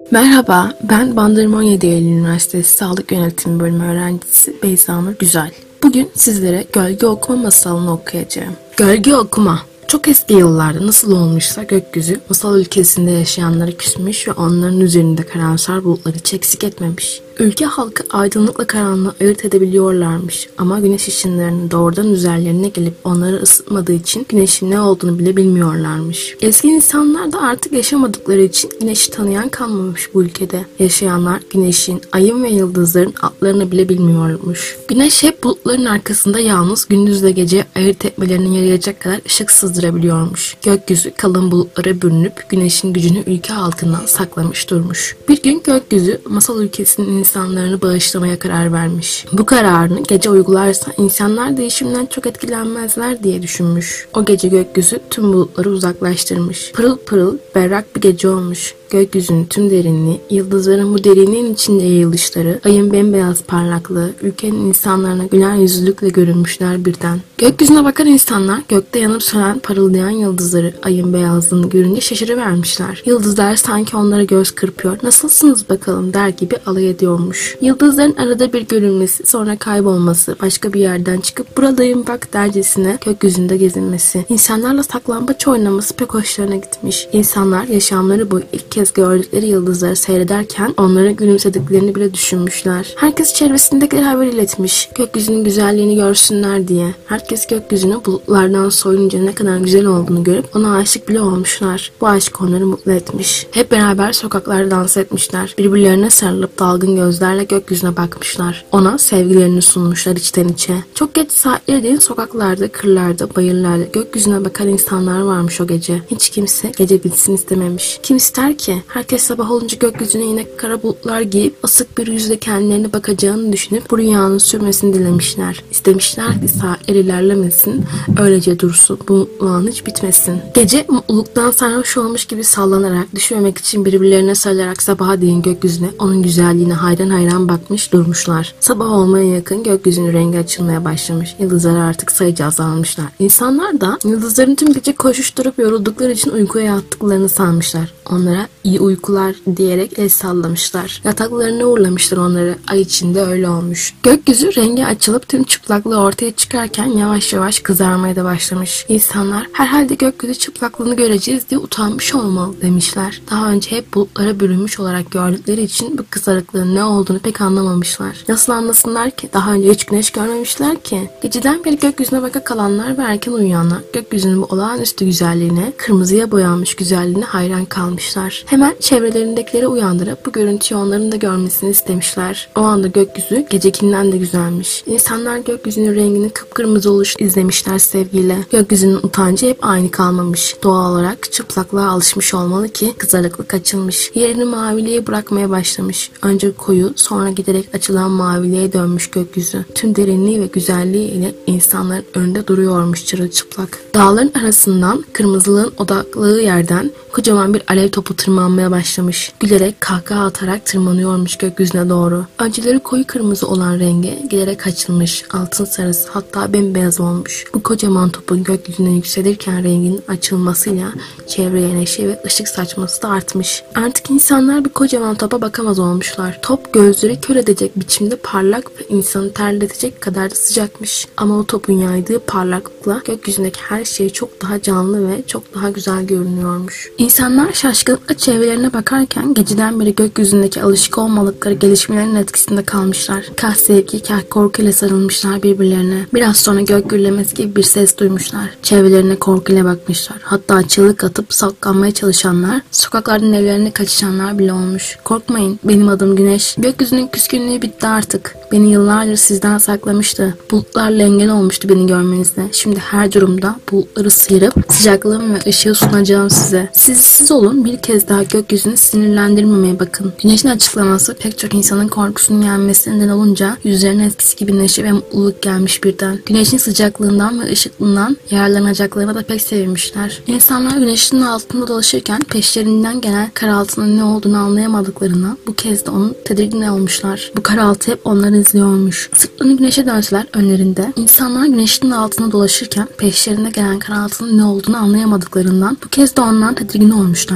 Merhaba, ben Bandırma 17 Eylül Üniversitesi Sağlık Yönetimi Bölümü öğrencisi Beyza Nur Güzel. Bugün sizlere Gölge Okuma masalını okuyacağım. Gölge Okuma. Çok eski yıllarda nasıl olmuşsa gökyüzü masal ülkesinde yaşayanlara küsmüş ve onların üzerinde karamsar bulutları hiç eksik etmemiş. Ülke halkı aydınlıkla karanlığı ayırt edebiliyorlarmış ama güneş ışınlarının doğrudan üzerlerine gelip onları ısıtmadığı için güneşin ne olduğunu bile bilmiyorlarmış. Eski insanlar da artık yaşamadıkları için güneşi tanıyan kalmamış bu ülkede. Yaşayanlar güneşin, ayın ve yıldızların adlarını bile bilmiyormuş. Güneş hep bulutların arkasında yalnız gündüzle gece ayırt etmelerine yarayacak kadar ışık sızdırabiliyormuş. Gökyüzü kalın bulutlara bürünüp güneşin gücünü ülke halkından saklamış durmuş. Bir gün gökyüzü masal ülkesinin insanlarını bağışlamaya karar vermiş. Bu kararını gece uygularsa insanlar değişimden çok etkilenmezler diye düşünmüş. O gece gökyüzü tüm bulutları uzaklaştırmış. Pırıl pırıl berrak bir gece olmuş. Gökyüzünün tüm derinliği, yıldızların bu derinliğin içinde yayılışları, ayın bembeyaz parlaklığı, ülkenin insanlarına güler yüzlülükle görünmüşler birden. Gökyüzüne bakan insanlar gökte yanıp sönen parıldayan yıldızları, ayın beyazlığını görünce şaşırıvermişler. Yıldızlar sanki onlara göz kırpıyor, nasılsınız bakalım der gibi alay ediyormuş. Yıldızların arada bir görünmesi, sonra kaybolması, başka bir yerden çıkıp buradayım bak dercesine gökyüzünde gezinmesi, insanlarla saklambaç oynaması pek hoşlarına gitmiş. İnsanlar yaşamları boyu ilk kez gördükleri yıldızları seyrederken onlara gülümsediklerini bile düşünmüşler. Herkes çevresindekileri haber iletmiş. Gökyüzünün güzelliğini görsünler diye. Herkes gökyüzünü bulutlardan soyunca ne kadar güzel olduğunu görüp ona aşık bile olmuşlar. Bu aşk onları mutlu etmiş. Hep beraber sokaklarda dans etmişler. Birbirlerine sarılıp dalgın gözlerle gökyüzüne bakmışlar. Ona sevgilerini sunmuşlar içten içe. Çok geç saatleri değil sokaklarda, kırlarda, bayırlarda gökyüzüne bakan insanlar varmış o gece. Hiç kimse gece bitsin istememiş. Kim ister ki? Herkes sabah olunca gökyüzüne yine kara bulutlar giyip asık bir yüzle kendilerine bakacağını düşünüp bu rüyanın sürmesini dilemişler. İstemişler ki saatler ilerlemesin, öylece dursun, bu mutluluğun hiç bitmesin. Gece mutluluktan sarhoş olmuş gibi sallanarak, düşmemek için birbirlerine sarılarak sabaha değin gökyüzüne, onun güzelliğine hayran hayran bakmış durmuşlar. Sabah olmaya yakın gökyüzünün rengi açılmaya başlamış. Yıldızlar artık sayıca azalmışlar. İnsanlar da yıldızların tüm gece koşuşturup yoruldukları için uykuya yattıklarını sanmışlar. Onlara iyi uykular diyerek el sallamışlar. Yataklarına uğurlamışlar onları. Ay içinde öyle olmuş. Gökyüzü rengi açılıp tüm çıplaklığı ortaya çıkarken yavaş yavaş kızarmaya da başlamış. İnsanlar herhalde gökyüzü çıplaklığını göreceğiz diye utanmış olmalı demişler. Daha önce hep bulutlara bürünmüş olarak gördükleri için bu kızarıklığın ne olduğunu pek anlamamışlar. Nasıl anlasınlar ki? Daha önce hiç güneş görmemişler ki. Geceden beri gökyüzüne baka kalanlar ve erken uyuyanlar gökyüzünün bu olağanüstü güzelliğine, kırmızıya boyanmış güzelliğine hayran kalmışlar. Hemen çevrelerindekileri uyandırıp bu görüntüyü onların da görmesini istemişler. O anda gökyüzü gecekinden de güzelmiş. İnsanlar gökyüzünün renginin kıpkırmızı oluşunu izlemişler sevgiyle. Gökyüzünün utancı hep aynı kalmamış. Doğal olarak çıplaklığa alışmış olmalı ki kızarıklık açılmış. Yerini maviliğe bırakmaya başlamış. Önce koyu, sonra giderek açılan maviliğe dönmüş gökyüzü. Tüm derinliği ve güzelliği ile insanların önünde duruyormuş çırılçıplak. Dağların arasından kırmızılığın odaklığı yerden kocaman bir alev topu tırmanmaya başlamış. Gülerek kahkaha atarak tırmanıyormuş gökyüzüne doğru. Önceleri koyu kırmızı olan rengi giderek açılmış, altın sarısı hatta bembeyaz olmuş. Bu kocaman topun gökyüzüne yükselirken renginin açılmasıyla çevreye neşe ve ışık saçması da artmış. Artık insanlar bir kocaman topa bakamaz olmuşlar. Top gözleri kör edecek biçimde parlak ve insanı terletecek kadar da sıcakmış. Ama o topun yaydığı parlaklıkla gökyüzündeki her şey çok daha canlı ve çok daha güzel görünüyormuş. İnsanlar şaşkınlıkla çevrelerine bakarken geceden beri gökyüzündeki alışık olmadıkları gelişmelerin etkisinde kalmışlar. Kah sevgi, kah korkuyla sarılmışlar birbirlerine. Biraz sonra gök gürlemesi gibi bir ses duymuşlar. Çevrelerine korkuyla bakmışlar. Hatta çığlık atıp saklanmaya çalışanlar, sokaklardan evlerine kaçışanlar bile olmuş. Korkmayın, benim adım Güneş. Gökyüzünün küskünlüğü bitti artık. Beni yıllardır sizden saklamıştı. Bulutlarla engel olmuştu beni görmenizde. Şimdi her durumda bulutları sıyırıp sıcaklığım ve ışığı sunacağım size. Siz olun, bir kez daha gökyüzünü sinirlendirmemeye bakın. Güneşin açıklaması pek çok insanın korkusunun yenmesinden olunca yüzlerine eskisi gibi neşe ve mutluluk gelmiş birden. Güneşin sıcaklığından ve ışıklığından yararlanacaklarına da pek sevinmişler. İnsanlar güneşin altında dolaşırken peşlerinden gelen karaltının ne olduğunu anlayamadıklarına bu kez de onun tedirgin olmuşlar. Bu karaltı hep onları izliyormuş. Sırtlarını güneşe dönseler önlerinde, insanlar güneşin altına dolaşırken peşlerine gelen karaltının ne olduğunu anlayamadıklarından bu kez de onlar tedirgin olmuşlar. Bu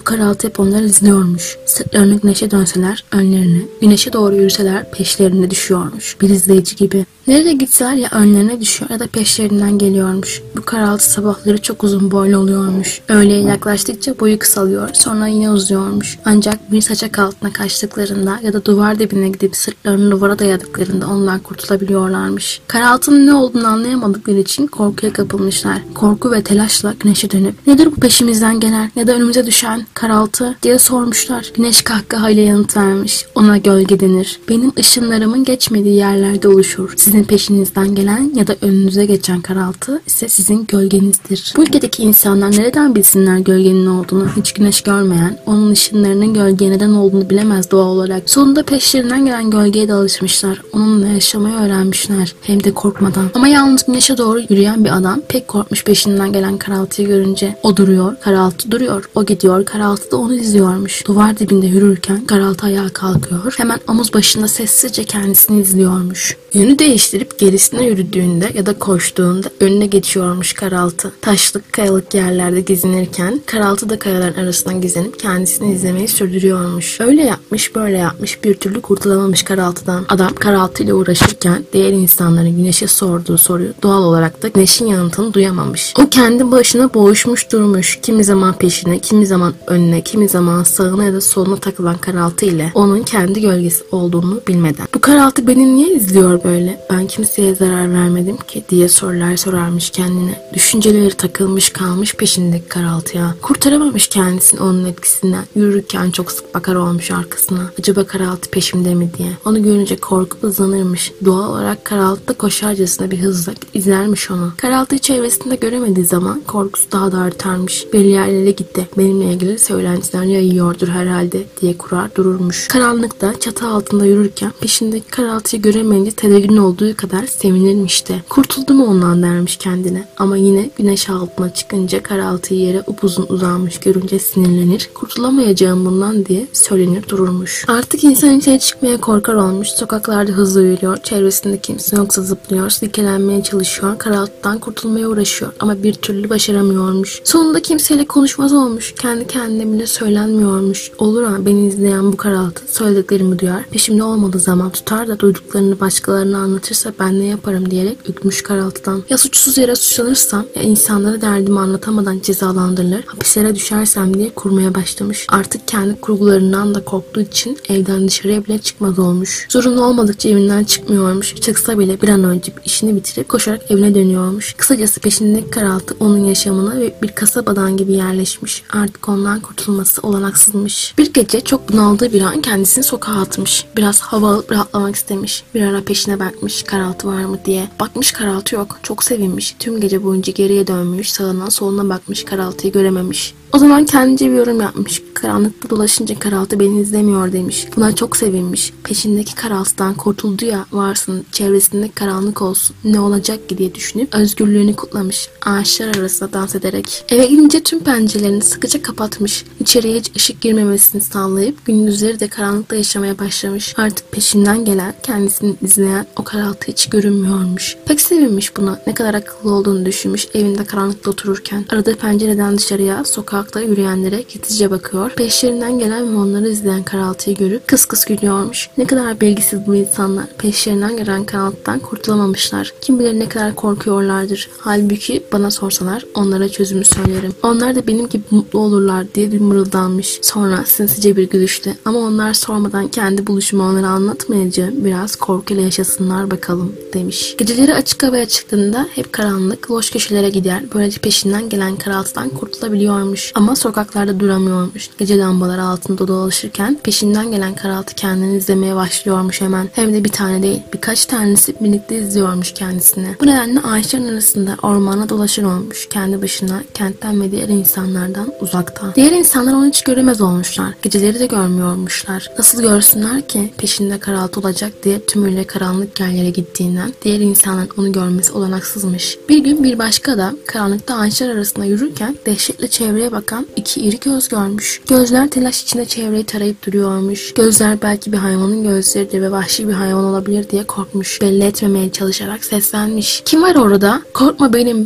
karaltı hep onları izliyormuş. Sırtlarını güneşe dönseler önlerine, güneşe doğru yürüseler peşlerine düşüyormuş. Bir izleyici gibi. Nereye gitseler ya önlerine düşüyor ya da peşlerinden geliyormuş. Bu karaltı sabahları çok uzun boylu oluyormuş. Öğleye yaklaştıkça boyu kısalıyor, sonra yine uzuyormuş. Ancak bir saçak altına kaçtıklarında ya da duvar dibine gidip sırtlarını duvara dayadıklarında ondan kurtulabiliyorlarmış. Karaltının ne olduğunu anlayamadıkları için korkuya kapılmışlar. Korku ve telaşla güneşe dönüp "Nedir bu peşimizden gelen ya da önümüze düşen karaltı?" diye sormuşlar. Güneş kahkahayla yanıt vermiş. "Ona gölge denir. Benim ışınlarımın geçmediği yerlerde oluşur. Sizin peşinizden gelen ya da önünüze geçen karaltı ise sizin gölgenizdir." Bu ülkedeki insanlar nereden bilsinler gölgenin olduğunu? Hiç güneş görmeyen, onun ışınlarının gölgeye neden olduğunu bilemez doğal olarak. Sonunda peşlerinden gelen gölgeye de alışmışlar. Onunla yaşamayı öğrenmişler. Hem de korkmadan. Ama yalnız güneşe doğru yürüyen bir adam pek korkmuş peşinden gelen karaltıyı görünce. O duruyor, karaltı duruyor. O gidiyor, karaltı da onu izliyormuş. Duvar dibinde yürürken karaltı ayağa kalkıyor. Hemen omuz başında sessizce kendisini izliyormuş. Yönü değiştirip gerisine yürüdüğünde ya da koştuğunda önüne geçiyormuş karaltı. Taşlık, kayalık yerlerde gezinirken karaltı da kayaların arasından gizlenip kendisini izlemeyi sürdürüyormuş. Öyle yapmış, böyle yapmış, bir türlü kurtulamamış karaltıdan. Adam karaltıyla uğraşırken diğer insanların güneşe sorduğu soruyu doğal olarak da güneşin yanıtını duyamamış. O kendi başına boğuşmuş durmuş. Kimi zaman peşine, kimi zaman önüne, kimi zaman sağına ya da soluna takılan karaltı ile onun kendi gölgesi olduğunu bilmeden. Bu karaltı beni niye izliyor böyle? Ben kimseye zarar vermedim ki diye sorular sorarmış kendine. Düşünceleri takılmış kalmış peşindeki karaltıya. Kurtaramamış kendisini onun etkisinden. Yürürken çok sık bakar olmuş arkasına. Acaba karaltı peşimde mi diye. Onu görünce korkup hızlanırmış. Doğal olarak karaltı da koşarcasına bir hızla izlermiş onu. Karaltıyı çevresinde göremediği zaman korkusu daha da artarmış. Bir yerlere gitti. Benimle ilgili söylentiler yayıyordur herhalde diye kurar dururmuş. Karanlıkta çatı altında yürürken peşindeki karaltıyı göremeyince tedirgin olduğu kadar sevinirmiş de. Kurtuldu mu ondan dermiş kendine. Ama yine güneş altına çıkınca karaltıyı yere upuzun uzanmış görünce sinirlenir. Kurtulamayacağım bundan diye söylenir dururmuş. Artık insan içeri çıkmaya korkar olmuş. Sokaklarda hızlı yürüyor. Çevresinde kimse yoksa zıplıyor. Silkelenmeye çalışıyor. Karaltıdan kurtulmaya uğraşıyor. Ama bir türlü başaramıyormuş. Sonunda kimseyle konuşmaz olmuş. Kendi kendine bile söylenmiyormuş. Olur ama beni izleyen bu karaltı söylediklerimi duyar. Peşimde olmadığı zaman tutar da duyduklarını başkalarına anlatırsa ben ne yaparım diyerek ürkmüş karaltıdan. Ya suçsuz yere suçlanırsam ya insanlara derdimi anlatamadan cezalandırılır, hapislere düşersem diye kurmaya başlamış. Artık kendi kurgularından da korktuğu için evden dışarıya bile çıkmaz olmuş. Zorunlu olmadıkça evinden çıkmıyormuş. Çıksa bile bir an önce işini bitirip koşarak evine dönüyormuş. Kısacası peşindeki karaltı onun yaşamına ve bir kasabadan gibi yerleşmiş. Artık ondan kurtulması olanaksızmış. Bir gece çok bunaldığı bir an kendisini sokağa atmış. Biraz hava alıp rahatlamak istemiş. Bir ara peşine bakmış karaltı var mı diye. Bakmış karaltı yok. Çok sevinmiş. Tüm gece boyunca geriye dönmüş. Sağına soluna bakmış. Karaltıyı görememiş. O zaman kendince bir yorum yapmış. Karanlıkta dolaşınca karaltı beni izlemiyor demiş. Buna çok sevinmiş. Peşindeki karaltıdan kurtuldu ya varsın. Çevresinde karanlık olsun. Ne olacak ki diye düşünüp özgürlüğünü kutlamış. Ağaçlar arasında dans ederek. Eve gidince tüm pencerelerini sıkıca kapatmış. İçeriye hiç ışık girmemesini sağlayıp gündüzleri de karanlıkta yaşamaya başlamış. Artık peşinden gelen, kendisini izleyen o karaltı hiç görünmüyormuş. Pek sevinmiş buna. Ne kadar akıllı olduğunu düşünmüş evinde karanlıkta otururken. Arada pencereden dışarıya, sokakta yürüyenlere gizlice bakıyor. Peşlerinden gelen ve onları izleyen karaltıyı görüp kıs kıs gülüyormuş. Ne kadar bilgisiz bu insanlar. Peşlerinden gelen karaltıdan kurtulamamışlar. Kim bilir ne kadar korkuyorlardır. Halbuki bana sorsalar onlara çözümü söylerim. Onlar da benim gibi mutlu olurlar diye bir mırıldanmış. Sonra sinsice bir gülüştü. Ama onlar sormadan kendi buluşumu onlara anlatmayacağım. Biraz korkuyla yaşasınlar bakalım demiş. Geceleri açık havaya çıktığında hep karanlık, loş köşelere gider. Böylece peşinden gelen karaltıdan kurtulabiliyormuş. Ama sokaklarda duramıyormuş. Gece lambaları altında dolaşırken peşinden gelen karaltı kendini izlemeye başlıyormuş hemen. Hem de bir tane değil, birkaç tanesi birlikte izliyormuş kendisini. Bu nedenle ağaçların arasında ormana dolaşır olmuş. Kendi başına, kentten ve diğer insanlardan uzakta. Diğer insanlar onu hiç göremez olmuşlar. Geceleri de görmüyormuşlar. Nasıl görsünler ki peşinde karaltı olacak diye tümüyle karanlık yerlere gittiğinden diğer insanların onu görmesi olanaksızmış. Bir gün bir başka adam karanlıkta ağaçlar arasında yürürken dehşetle çevreye bakan iki iri göz görmüş. Gözler telaş içinde çevreyi tarayıp duruyormuş. Gözler belki bir hayvanın gözleridir ve vahşi bir hayvan olabilir diye korkmuş. Belli etmemeye çalışarak seslenmiş. Kim var orada? Korkma benim ben.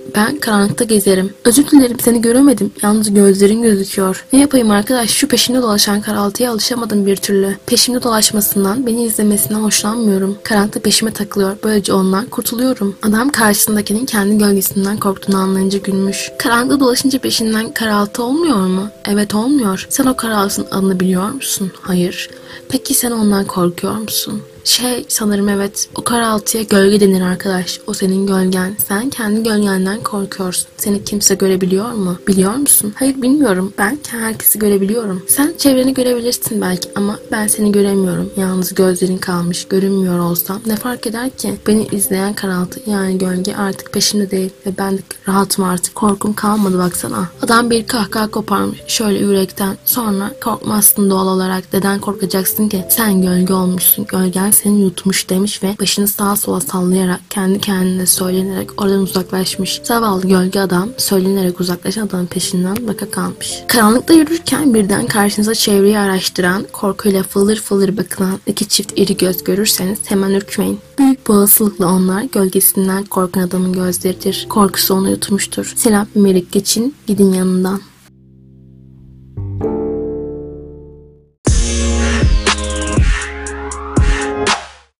Ben karanlıkta gezerim. Özür dilerim, seni göremedim. Yalnız gözlerin gözüküyor. Ne yapayım arkadaş, şu peşimde dolaşan karaltıya alışamadım bir türlü. Peşimde dolaşmasından, beni izlemesinden hoşlanmıyorum. Karanlıkta peşime takılıyor. Böylece ondan kurtuluyorum. Adam karşısındakinin kendi gölgesinden korktuğunu anlayınca gülmüş. Karanlıkta dolaşınca peşinden karaltı olmuyor mu? Evet, olmuyor. Sen o karaltının adını biliyor musun? Hayır. Peki sen ondan korkuyor musun? Sanırım evet. O karaltıya gölge denir arkadaş. O senin gölgen. Sen kendi gölgenden korkuyorsun. Seni kimse görebiliyor mu? Biliyor musun? Hayır, bilmiyorum. Ben herkesi görebiliyorum. Sen çevreni görebilirsin belki ama ben seni göremiyorum. Yalnız gözlerin kalmış. Görünmüyor olsam ne fark eder ki? Beni izleyen karaltı yani gölge artık peşimde değil ve ben de rahatım artık. Korkum kalmadı baksana. Adam bir kahkaha koparmış. Şöyle yürekten. Sonra korkmazsın doğal olarak. Neden korkacaksın ki? Sen gölge olmuşsun. Gölgen seni yutmuş demiş ve başını sağa sola sallayarak kendi kendine söylenerek oradan uzaklaşmış. Zavallı gölge adam söylenerek uzaklaşan adamın peşinden baka kalmış. Karanlıkta yürürken birden karşınıza çevreyi araştıran, korkuyla fılır fılır bakılan iki çift iri göz görürseniz hemen ürkmeyin. Büyük bir olasılıkla onlar gölgesinden korkan adamın gözleridir. Korkusu onu yutmuştur. Selam Melik, geçin gidin yanından.